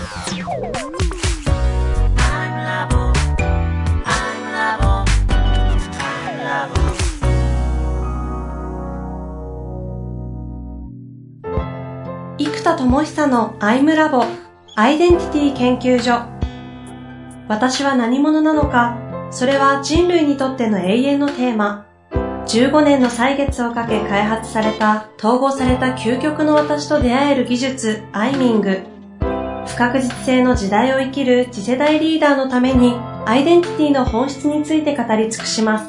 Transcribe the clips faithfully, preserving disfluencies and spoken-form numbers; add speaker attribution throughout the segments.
Speaker 1: 生田智久のアイムラボアイデンティティ研究所。私は何者なのか、それは人類にとっての永遠のテーマ。じゅうごねんの歳月をかけ開発された統合された究極の私と出会える技術アイミング。不確実性の時代を生きる次世代リーダーのためにアイデンティティの本質について語り尽くします。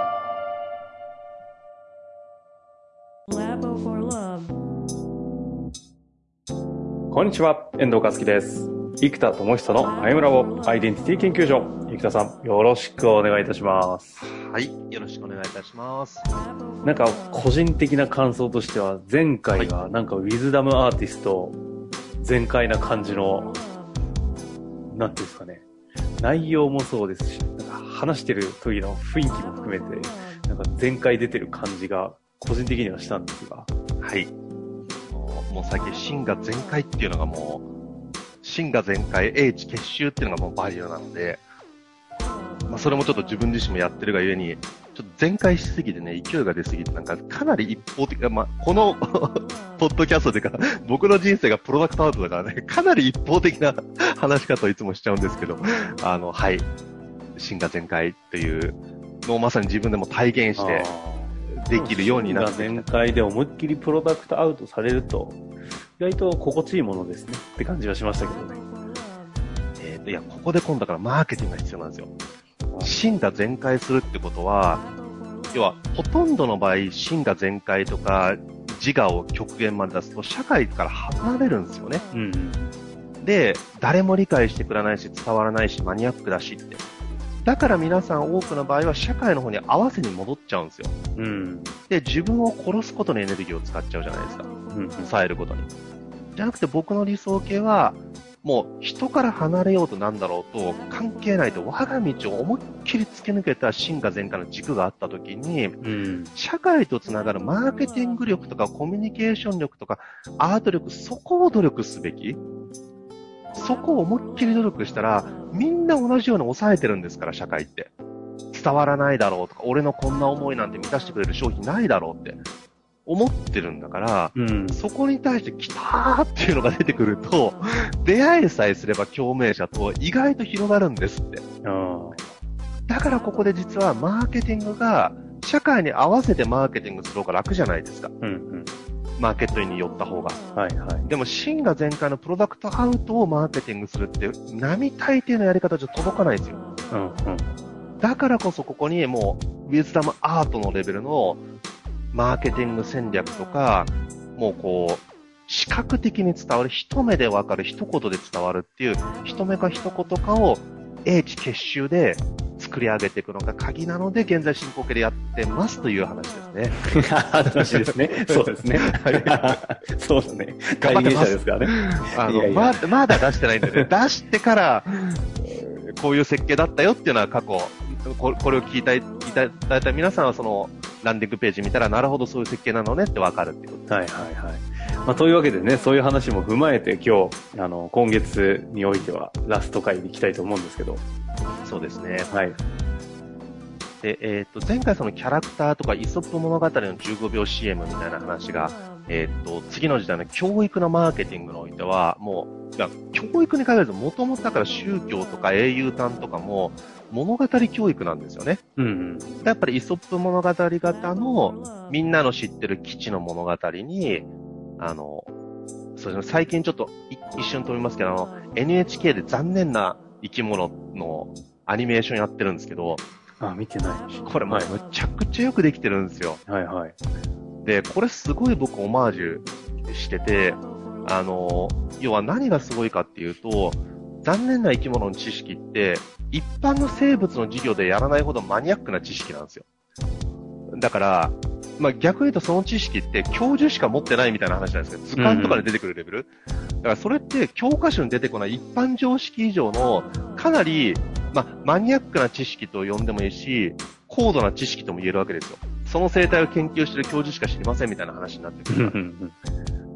Speaker 2: こんにちは、遠藤和樹です。生田智久のアイムラボアイデンティティ研究所。生田さん、よろしくお願いいたします。
Speaker 3: はい、よろしくお願いいたします。
Speaker 2: なんか個人的な感想としては、前回はなんかウィズダムアーティスト全開な感じの、なんていうんですかね、内容もそうですし、なんか話してる時の雰囲気も含めて、なんか全開出てる感じが個人的にはしたんですが。
Speaker 3: はい。もう最近芯が全開っていうのがもう、芯が全開、英知結集っていうのがもうバリューなので、まあそれもちょっと自分自身もやってるがゆえに、ちょっと全開しすぎてね、勢いが出すぎて、なんかかなり一方的な、まあこのポッドキャストというか、僕の人生がプロダクトアウトだからね、かなり一方的な話し方をいつもしちゃうんですけど、あの、はい、芯が全開っていうのをまさに自分でも体現して、できるようになってきた。
Speaker 2: 全開で思いっきりプロダクトアウトされると、意外と心地いいものですねって感じはしましたけどね。
Speaker 3: えーと、いや、ここで今度だからマーケティングが必要なんですよ。芯が全開するってことは、要は、ほとんどの場合、芯が全開とか、自我を極限まで出すと、社会から離れるんですよね。うん、で、誰も理解してくれないし、伝わらないし、マニアックだしって。だから皆さん多くの場合は社会の方に合わせに戻っちゃうんですよ。うん、で、自分を殺すことにエネルギーを使っちゃうじゃないですか。うん、抑えることに。じゃなくて僕の理想形は、もう人から離れようとなんだろうと関係ないと我が道を思いっきり突き抜けた芯が全開の軸があったときに、うん、社会とつながるマーケティング力とかコミュニケーション力とかアート力、そこを努力すべき。そこを思いっきり努力したら、みんな同じように抑えてるんですから、社会って。伝わらないだろうとか、俺のこんな思いなんて満たしてくれる商品ないだろうって思ってるんだから、うん、そこに対して来たーっていうのが出てくると、出会いさえすれば共鳴者と意外と広がるんですって。だからここで実はマーケティングが社会に合わせてマーケティングする方が楽じゃないですか。うんうん、マーケットに寄った方が。はいはい。でも、芯が全開のプロダクトアウトをマーケティングするって、並大抵のやり方じゃ届かないですよ。うんうん。だからこそここにもう、ウィズダムアートのレベルのマーケティング戦略とか、もうこう、視覚的に伝わる、一目でわかる、一言で伝わるっていう、一目か一言かを英知結集で作り上げていくのが鍵なので、現在進行形でやってますという話ですね。
Speaker 2: 話ですね。そうですね。そうですね。
Speaker 3: 頑張ってます。
Speaker 2: ですからね。
Speaker 3: あの、いやいやま、まだ出してないんでね、出してから、こういう設計だったよっていうのは過去、これを聞いたいただいた皆さんはその、ランディングページ見たら、なるほどそういう設計なのねってわかるっていうことです。
Speaker 2: はいはいはい。まあ、というわけでね、そういう話も踏まえて今日、あの、今月においてはラスト回に行きたいと思うんですけど。
Speaker 3: そうですね。はい。で、えっと、前回そのキャラクターとかイソップ物語のじゅうごびょう シーエム みたいな話が、えっと、次の時代の教育のマーケティングにおいては、もう、いや、教育に限らず、もともとだから宗教とか英雄譚とかも、物語教育なんですよね。うん、うん。やっぱりイソップ物語型の、みんなの知ってる基地の物語に、あの、そうですね、最近ちょっと一瞬飛びますけど、あの、エヌエイチケー で残念な生き物のアニメーションやってるんですけど、
Speaker 2: あ、見てない。
Speaker 3: これもうむちゃくちゃよくできてるんですよ。はいはい。で、これすごい僕オマージュしてて、あの、要は何がすごいかっていうと、残念な生き物の知識って、一般の生物の授業でやらないほどマニアックな知識なんですよ。だから、まあ、逆に言うとその知識って教授しか持ってないみたいな話なんですけど、図鑑とかで出てくるレベル、うんうん、だからそれって教科書に出てこない一般常識以上のかなり、まあ、マニアックな知識と呼んでもいいし、高度な知識とも言えるわけですよ。その生態を研究している教授しか知りませんみたいな話になってくる。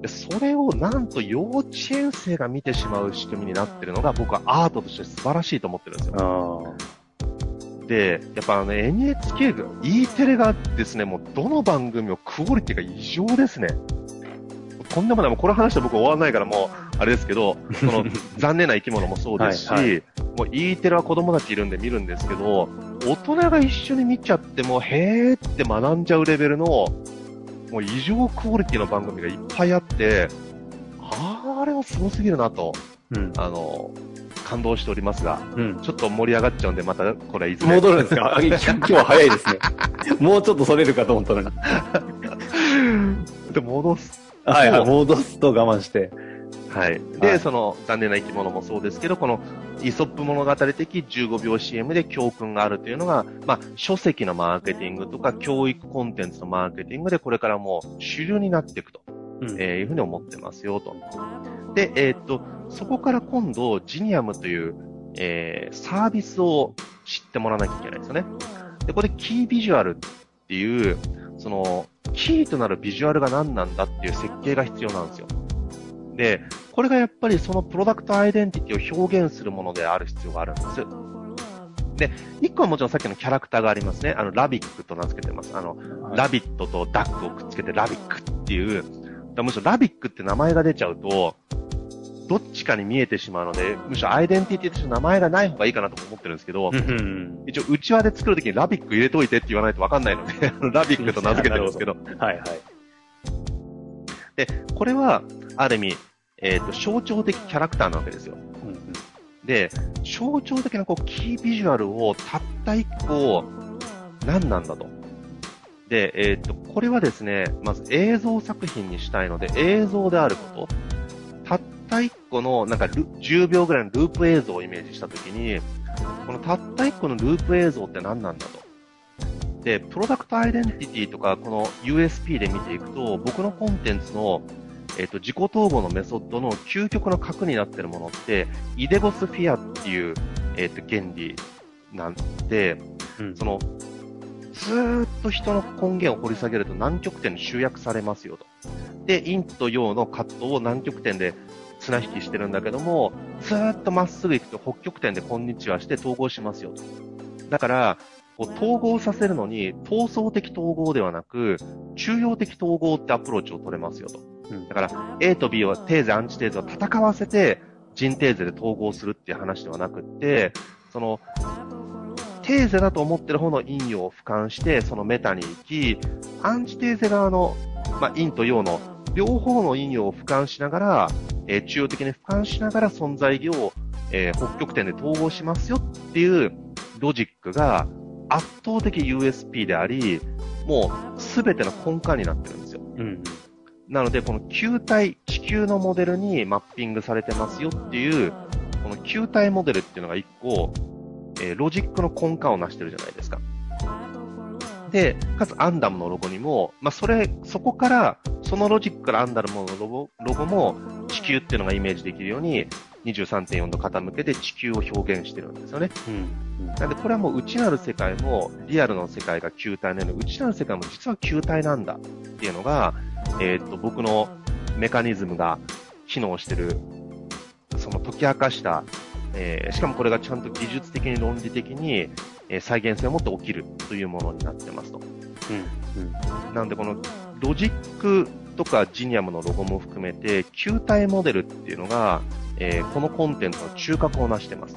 Speaker 3: で、それをなんと幼稚園生が見てしまう仕組みになってるのが僕はアートとして素晴らしいと思ってるんですよ。で、やっぱあの エヌエイチケー が、E テレがですね、もうどの番組もクオリティが異常ですね。とんでもない、もうこれ話して僕終わらないからもう、あれですけど、その残念な生き物もそうですし、はいはい、もう E テレは子供たちいるんで見るんですけど、大人が一緒に見ちゃっても、へーって学んじゃうレベルの、もう異常クオリティの番組がいっぱいあって、あれはすごすぎるなと、うん、あの、感動しておりますが、うん、ちょっと盛り上がっちゃうんで、またこれいずれ。
Speaker 2: 戻るんですか今日は早いですね。もうちょっとそれるかと思ったのに。
Speaker 3: で、戻す。
Speaker 2: はいはい、戻すと我慢して。
Speaker 3: はい。で、はい、その、残念な生き物もそうですけど、この、イソップ物語的じゅうごびょう シーエム で教訓があるというのが、まあ、書籍のマーケティングとか、教育コンテンツのマーケティングで、これからもう主流になっていくと、うんえー、いうふうに思ってますよ、と。で、えー、っと、そこから今度、ジニアムという、えー、サービスを知ってもらわなきゃいけないですよね。で、これキービジュアルっていう、その、キーとなるビジュアルが何なんだっていう設計が必要なんですよ。で、これがやっぱりそのプロダクトアイデンティティを表現するものである必要があるんです。で、一個はもちろんさっきのキャラクターがありますね。あの、ラビックと名付けてます。あの、はい、ラビットとダックをくっつけてラビックっていう、むしろラビックって名前が出ちゃうと、どっちかに見えてしまうので、むしろアイデンティティとして名前がない方がいいかなと思ってるんですけど、一応内輪で作るときにラビック入れといてって言わないと分かんないので、ラビックと名付けてるんですけど。
Speaker 2: はいはい。
Speaker 3: で、これは、ある意味、えっと、象徴的キャラクターなわけですよ。うんうん、で、象徴的なこうキービジュアルをたった一個、何なんだと。で、えっと、これはですね、まず映像作品にしたいので、映像であること。たった一個の、なんか、じゅうびょうぐらいのループ映像をイメージしたときに、このたった一個のループ映像って何なんだと。で、プロダクトアイデンティティとか、この ユーエスピー で見ていくと、僕のコンテンツの、えっと、自己統合のメソッドの究極の核になっているものって、イデゴスフィアっていう、えっと、原理なんで、うん、その、ずーっと人の根源を掘り下げると南極点に集約されますよと。で、陰と陽の葛藤を南極点で綱引きしてるんだけども、ずーっとまっすぐ行くと北極点でこんにちはして統合しますよと。だから、こう統合させるのに、闘争的統合ではなく、中庸的統合ってアプローチを取れますよと。うん、だから、A と B をテーゼ、アンチテーゼを戦わせて、人テーゼで統合するっていう話ではなくって、その、テーゼだと思ってる方の陰陽を俯瞰して、そのメタに行き、アンチテーゼ側の、まあ、陰と陽の両方の陰陽を俯瞰しながら、えー、中央的に俯瞰しながら存在意義を、えー、北極点で統合しますよっていうロジックが圧倒的 ユーエスピー であり、もうすべての根幹になってるんですよ。うん、なので、この球体、地球のモデルにマッピングされてますよっていう、この球体モデルっていうのが一個、えー、ロジックの根幹を成してるじゃないですか。で、かつアンダムのロゴにも、まあ、それ、そこから、そのロジックからアンダムのロゴ、ロゴも地球っていうのがイメージできるように にじゅうさんてんよん 度傾けて地球を表現してるんですよね。うんうん、なんでこれはもう内なる世界もリアルの世界が球体のように内なる世界も実は球体なんだっていうのが、えー、っと僕のメカニズムが機能してる、その解き明かした、えー、しかもこれがちゃんと技術的に論理的に、えー、再現性を持って起きるというものになってますと。うんうん、なのでこのロジックとかジニアムのロゴも含めて球体モデルっていうのが、えー、このコンテンツの中核を成してますと。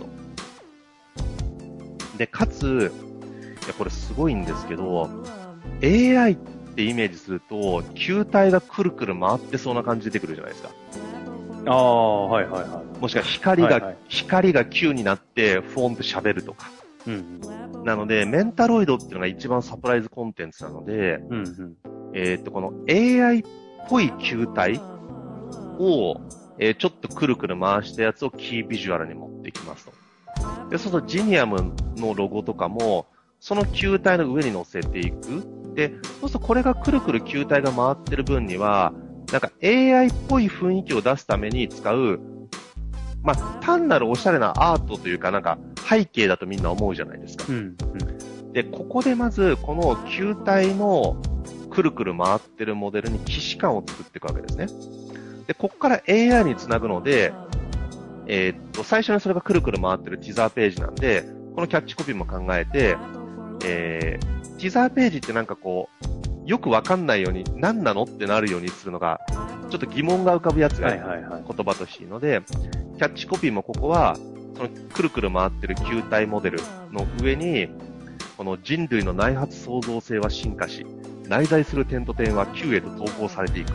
Speaker 3: で、かつ、いやこれすごいんですけど、エーアイ ってイメージすると球体がくるくる回ってそうな感じ出てくるじゃないですか。
Speaker 2: ああ、はいはいはい。
Speaker 3: もしくは光が、はいはい、光が球になってフォンって喋るとか。うんうん、なので、メンタロイドっていうのが一番サプライズコンテンツなので、うんうん、えー、っと、この エーアイ っぽい球体を、えー、ちょっとくるくる回したやつをキービジュアルに持ってきますと。で、そうするとジニアムのロゴとかも、その球体の上に乗せていく。で、そうするとこれがくるくる球体が回ってる分には、なんか エーアイ っぽい雰囲気を出すために使う、まあ、単なるおしゃれなアートというかなんか背景だとみんな思うじゃないですか。うんうん、で、ここでまずこの球体のくるくる回ってるモデルに既視感を作っていくわけですね。 で、ここから エーアイ につなぐので、えーっと、最初にそれがくるくる回ってるティザーページなんで、このキャッチコピーも考えて、えー、ティザーページってなんかこう、よくわかんないように、何なのってなるようにするのが、ちょっと疑問が浮かぶやつが、言葉としていいので、キャッチコピーもここは、そのくるくる回ってる球体モデルの上に、この人類の内発創造性は進化し、内在する点と点は球へと投稿されていく。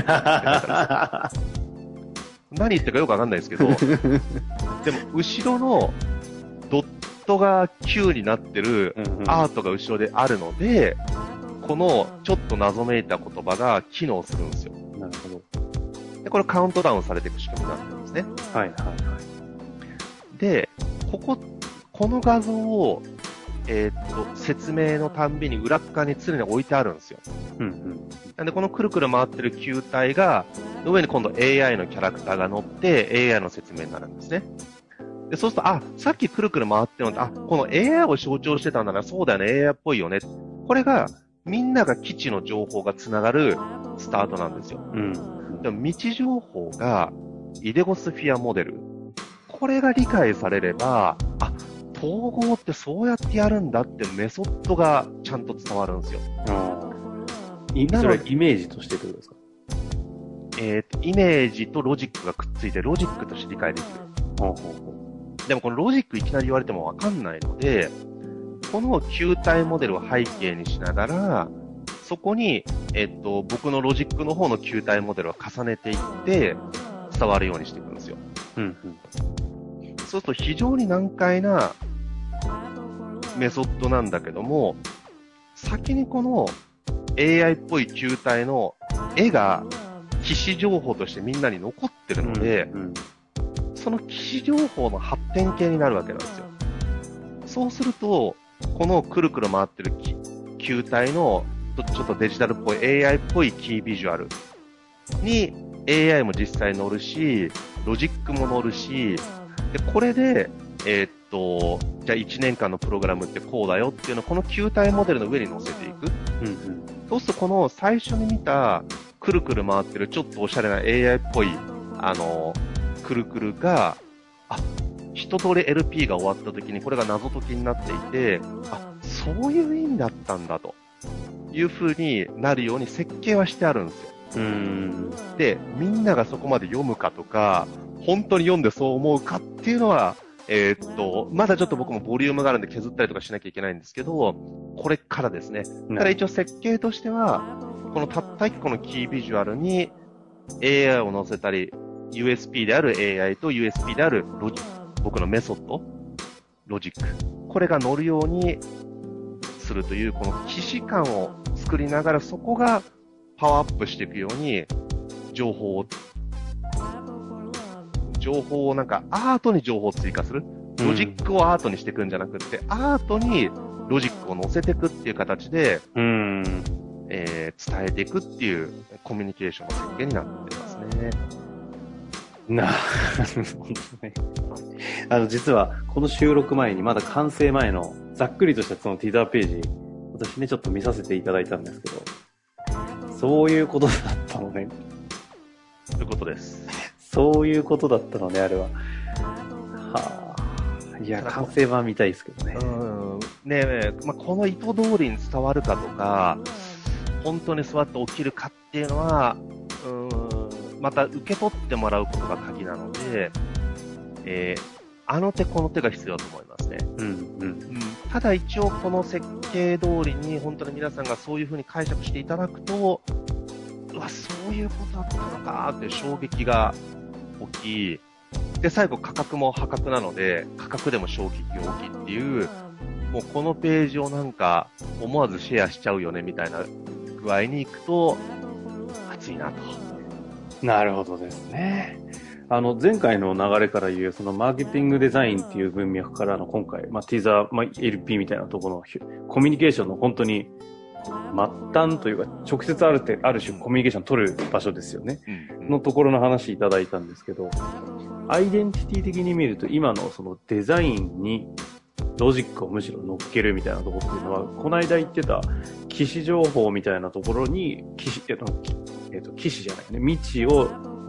Speaker 3: 何言ってるかよくわかんないですけど、でも後ろのドットが球になってるアートが後ろであるので、このちょっと謎めいた言葉が機能するんですよ。
Speaker 2: なるほど。
Speaker 3: で、これカウントダウンされていく仕組みになってるんですね。
Speaker 2: はいはいはい。
Speaker 3: で、ここ、この画像を、えー、っと、説明のたんびに裏側に常に置いてあるんですよ。
Speaker 2: うんうん。
Speaker 3: なんで、このくるくる回ってる球体が、の上に今度 エーアイ のキャラクターが乗って、エーアイ の説明になるんですね。で、そうすると、あ、さっきくるくる回ってるのって、あ、この エーアイ を象徴してたんだな、そうだよね、エーアイ っぽいよね。これが、みんなが基地の情報がつながるスタートなんですよ。
Speaker 2: うん。
Speaker 3: でも、未知情報が、イデゴスフィアモデル。これが理解されれば、あ、統合ってそうやってやるんだってメソッドがちゃんと伝わるんですよ。
Speaker 2: ああ。それはイメージとしてってことですか？
Speaker 3: えっと、イメージとロジックがくっついて、ロジックとして理解できる。
Speaker 2: ほうほうほ
Speaker 3: うでもこのロジックいきなり言われてもわかんないので、この球体モデルを背景にしながら、そこに、えっと、僕のロジックの方の球体モデルを重ねていって、伝わるようにしていくんですよ。
Speaker 2: うんうん。
Speaker 3: そうすると非常に難解なメソッドなんだけども、先にこの エーアイ っぽい球体の絵が機種情報としてみんなに残ってるので、うんうん、その機種情報の発展系になるわけなんですよ。そうすると、このくるくる回ってる球体のちょっとデジタルっぽい エーアイ っぽいキービジュアルに エーアイ も実際乗るし、ロジックも乗るし、で、これで、えー、っと、じゃあいちねんかんのプログラムってこうだよっていうのをこの球体モデルの上に乗せていく。うんうん、そうするとこの最初に見たくるくる回ってるちょっとおしゃれな エーアイ っぽい、あの、くるくるが、あ、一通り エルピー が終わった時にこれが謎解きになっていて、あ、そういう意味だったんだという風になるように設計はしてあるんですよ。うーんで、みんながそこまで読むかとか、本当に読んでそう思うかっていうのは、えー、っと、まだちょっと僕もボリュームがあるんで削ったりとかしなきゃいけないんですけど、これからですね。ただ一応設計としては、このたった一個のキービジュアルに エーアイ を載せたり、ユーエスピー である エーアイ と ユーエスピー であるロジ僕のメソッド、ロジック。これが乗るようにするという、この既視感を作りながら、そこがパワーアップしていくように、情報を、情報をなんかアートに情報を追加する。ロジックをアートにしていくんじゃなくて、うん、アートにロジックを乗せていくっていう形で、うんえー、伝えていくっていうコミュニケーションの設計になってますね。
Speaker 2: なるほどね。あの、実は、この収録前に、まだ完成前の、ざっくりとしたそのティザーページ、私ね、ちょっと見させていただいたんですけど、そういうことだったのね。
Speaker 3: そういうことです。
Speaker 2: そういうことだったのね、あれは。はぁ、あ。いや、完成版見たいですけどね。
Speaker 3: うん。ねえ、まあ、この意図通りに伝わるかとか、本当にそうやって起きるかっていうのは、うーん、また受け取ってもらうことが鍵なので、えー、あの手この手が必要だと思いますね。うん、うん。うん、ただ一応この設計通りに本当に皆さんがそういう風に解釈していただくと、うわ、そういうことだったのかっていう衝撃が起き、で、最後価格も破格なので、価格でも衝撃が大きいっていう、もうこのページをなんか思わずシェアしちゃうよねみたいな具合に行くと、熱いなと。
Speaker 2: なるほどですね。あの、前回の流れから言う、そのマーケティングデザインっていう文脈からの今回、まあ、ティザー、まあ、エルピー みたいなところのコミュニケーションの本当に末端というか、直接あるて、ある種コミュニケーション取る場所ですよね。うんうん、のところの話いただいたんですけど、アイデンティティ的に見ると、今のそのデザインにロジックをむしろ乗っけるみたいなところっていうのは、この間言ってた機種情報みたいなところに、機種、えっと、えっと、機種じゃないね、未知を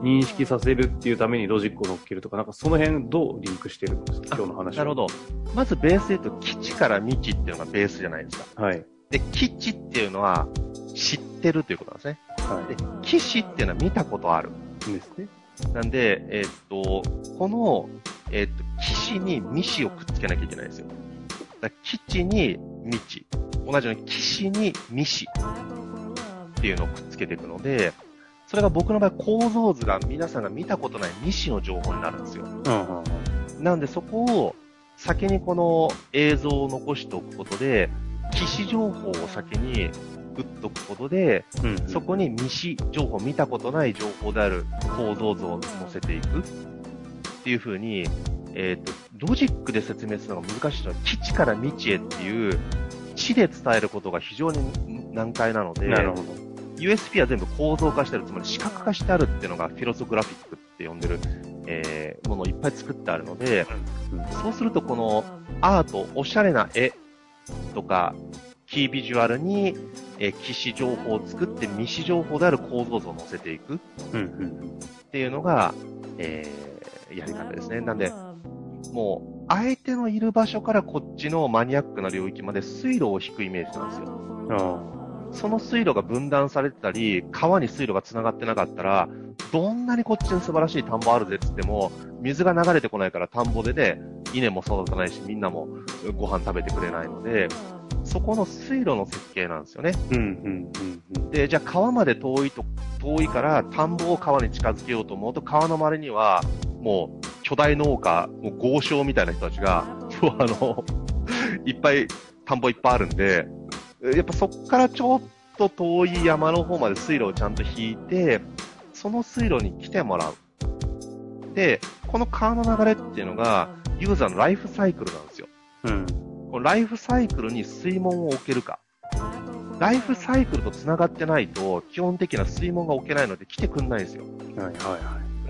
Speaker 2: 認識させるっていうためにロジックを乗っけるとか、なんかその辺どうリンクしてるんですか、今日の話は。
Speaker 3: なるほど。まずベースで言うと、基地から未知っていうのがベースじゃないですか。
Speaker 2: はい。
Speaker 3: で、基地っていうのは知ってるということなんですね。
Speaker 2: はい。
Speaker 3: で、騎士っていうのは見たことある。
Speaker 2: ですね。
Speaker 3: なんで、えーっと、この、えーっと、騎士に未知をくっつけなきゃいけないんですよ。だから基地に未知。同じように騎士に未知っていうのをくっつけていくので、それが僕の場合構造図が皆さんが見たことない未知の情報になるんですよ。
Speaker 2: うんうんうん、
Speaker 3: なんでそこを先にこの映像を残しておくことで、騎士情報を先に打っとくことで、うんうん、そこに未知情報、見たことない情報である構造図を載せていくっていう風に、えっと、ロジックで説明するのが難しいのは、基地から未知へっていう、知で伝えることが非常に難解なので、
Speaker 2: なるほど。
Speaker 3: ユーエスピー は全部構造化してる、つまり視覚化してあるっていうのがフィロソグラフィックって呼んでる、えー、ものをいっぱい作ってあるので、うん、そうするとこのアート、おしゃれな絵とか、キービジュアルに、えー、騎士情報を作って未知情報である構造図を載せていくっていうのが、えー、やり方ですね。なんで、もう相手のいる場所からこっちのマニアックな領域まで水路を引くイメージなんですよ。ああ、その水路が分断されてたり、川に水路が繋がってなかったら、どんなにこっちに素晴らしい田んぼあるぜって言っても、水が流れてこないから田んぼでね、稲も育たないし、みんなもご飯食べてくれないので、そこの水路の設計なんですよね。うんうんうんうん、で、じゃあ川まで遠いと、遠いから田んぼを川に近づけようと思うと、川の周りには、もう巨大農家、もう豪商みたいな人たちが、あの、いっぱい、田んぼいっぱいあるんで、やっぱそっからちょっと遠い山の方まで水路をちゃんと引いて、その水路に来てもらう。で、この川の流れっていうのが、ユーザーのライフサイクルなんですよ。うん。このライフサイクルに水門を置けるか。ライフサイクルと繋がってないと、基本的な水門が置けないので来てくんないんですよ。はいはいはい。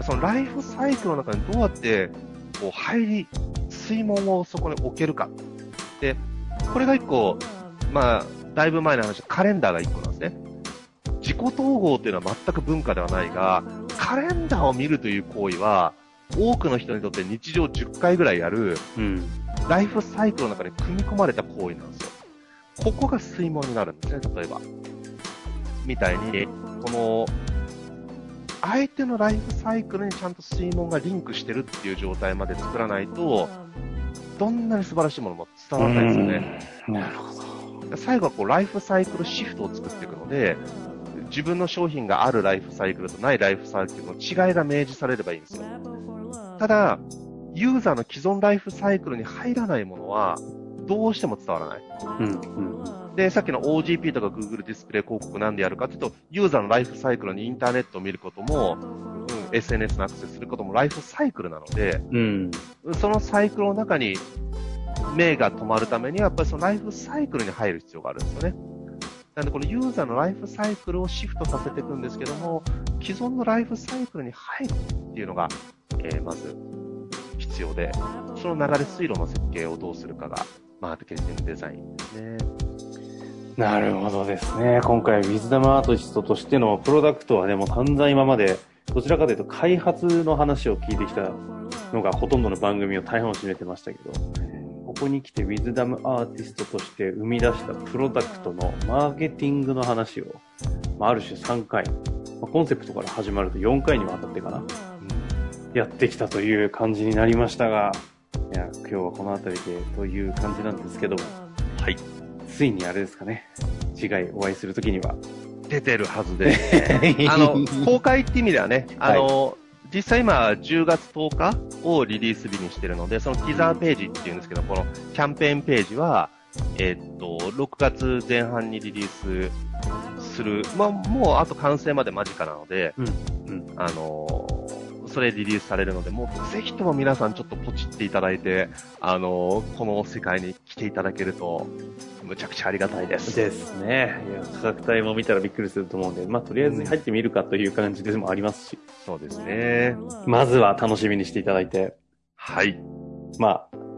Speaker 3: そのライフサイクルの中にどうやって、こう入り、水門をそこに置けるか。で、これが一個、まあ、だいぶ前の話、カレンダーが一個なんですね。自己統合っていうのは全く文化ではないが、カレンダーを見るという行為は、多くの人にとって日常じゅっかいぐらいやる、うん、ライフサイクルの中に組み込まれた行為なんですよ。ここが水門になるんですね、例えば。みたいに、この、相手のライフサイクルにちゃんと水門がリンクしてるっていう状態まで作らないと、どんなに素晴らしいものも伝わらないですよね。なるほど。最後はこうライフサイクルシフトを作っていくので、自分の商品があるライフサイクルとないライフサイクルの違いが明示されればいいんですよ。ただ、ユーザーの既存ライフサイクルに入らないものは、どうしても伝わらない。うんうん、で、さっきの オージーピー とか Google ディスプレイ広告なんでやるかというと、ユーザーのライフサイクルにインターネットを見ることも、うん、エスエヌエス のアクセスすることもライフサイクルなので、うん、そのサイクルの中に目が止まるためには、やっぱりそのライフサイクルに入る必要があるんですよね。なので、このユーザーのライフサイクルをシフトさせていくんですけども、既存のライフサイクルに入るっていうのが、えー、まず必要で、その流れ水路の設計をどうするかが、マーケティングデザインですね。
Speaker 2: なるほどですね。今回、ウィズダムアーティストとしてのプロダクトはね、もう散々今まで、どちらかというと開発の話を聞いてきたのがほとんどの番組を大半を占めてましたけど、ここに来てウィズダムアーティストとして生み出したプロダクトのマーケティングの話を、まあ、ある種さんかい、まあ、コンセプトから始まるとよんかいにわたってかな、うん、やってきたという感じになりましたが、いや今日はこの辺りでという感じなんですけども、はい、ついにあれですかね、次回お会いするときには
Speaker 3: 出てるはずであの公開って意味ではね、あの、はい、実際今じゅうがつとおかをリリース日にしてるので、そのティザーページっていうんですけど、このキャンペーンページは、えー、っと、ろくがつぜん半にリリースする、まあ、もうあと完成まで間近なので、うんうん、あのー、それリリースされるので、もうぜひとも皆さんちょっとポチっていただいて、あのー、この世界に来ていただけると、むちゃくちゃありがたいです。
Speaker 2: ですね。いや、価格帯も見たらびっくりすると思うんで、まあ、とりあえず入ってみるかという感じでもありますし。
Speaker 3: そうですね。
Speaker 2: まずは楽しみにしていただいて。
Speaker 3: はい。
Speaker 2: まあ、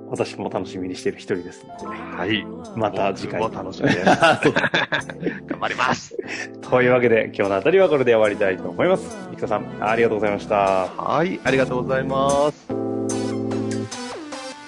Speaker 2: 私も楽しみにしている一人ですので。
Speaker 3: はい。
Speaker 2: また次回。
Speaker 3: 僕も楽しみです。頑張ります。
Speaker 2: というわけで、今日のあたりはこれで終わりたいと思います。生田さん、ありがとうございました。
Speaker 3: はい、ありがとうございます。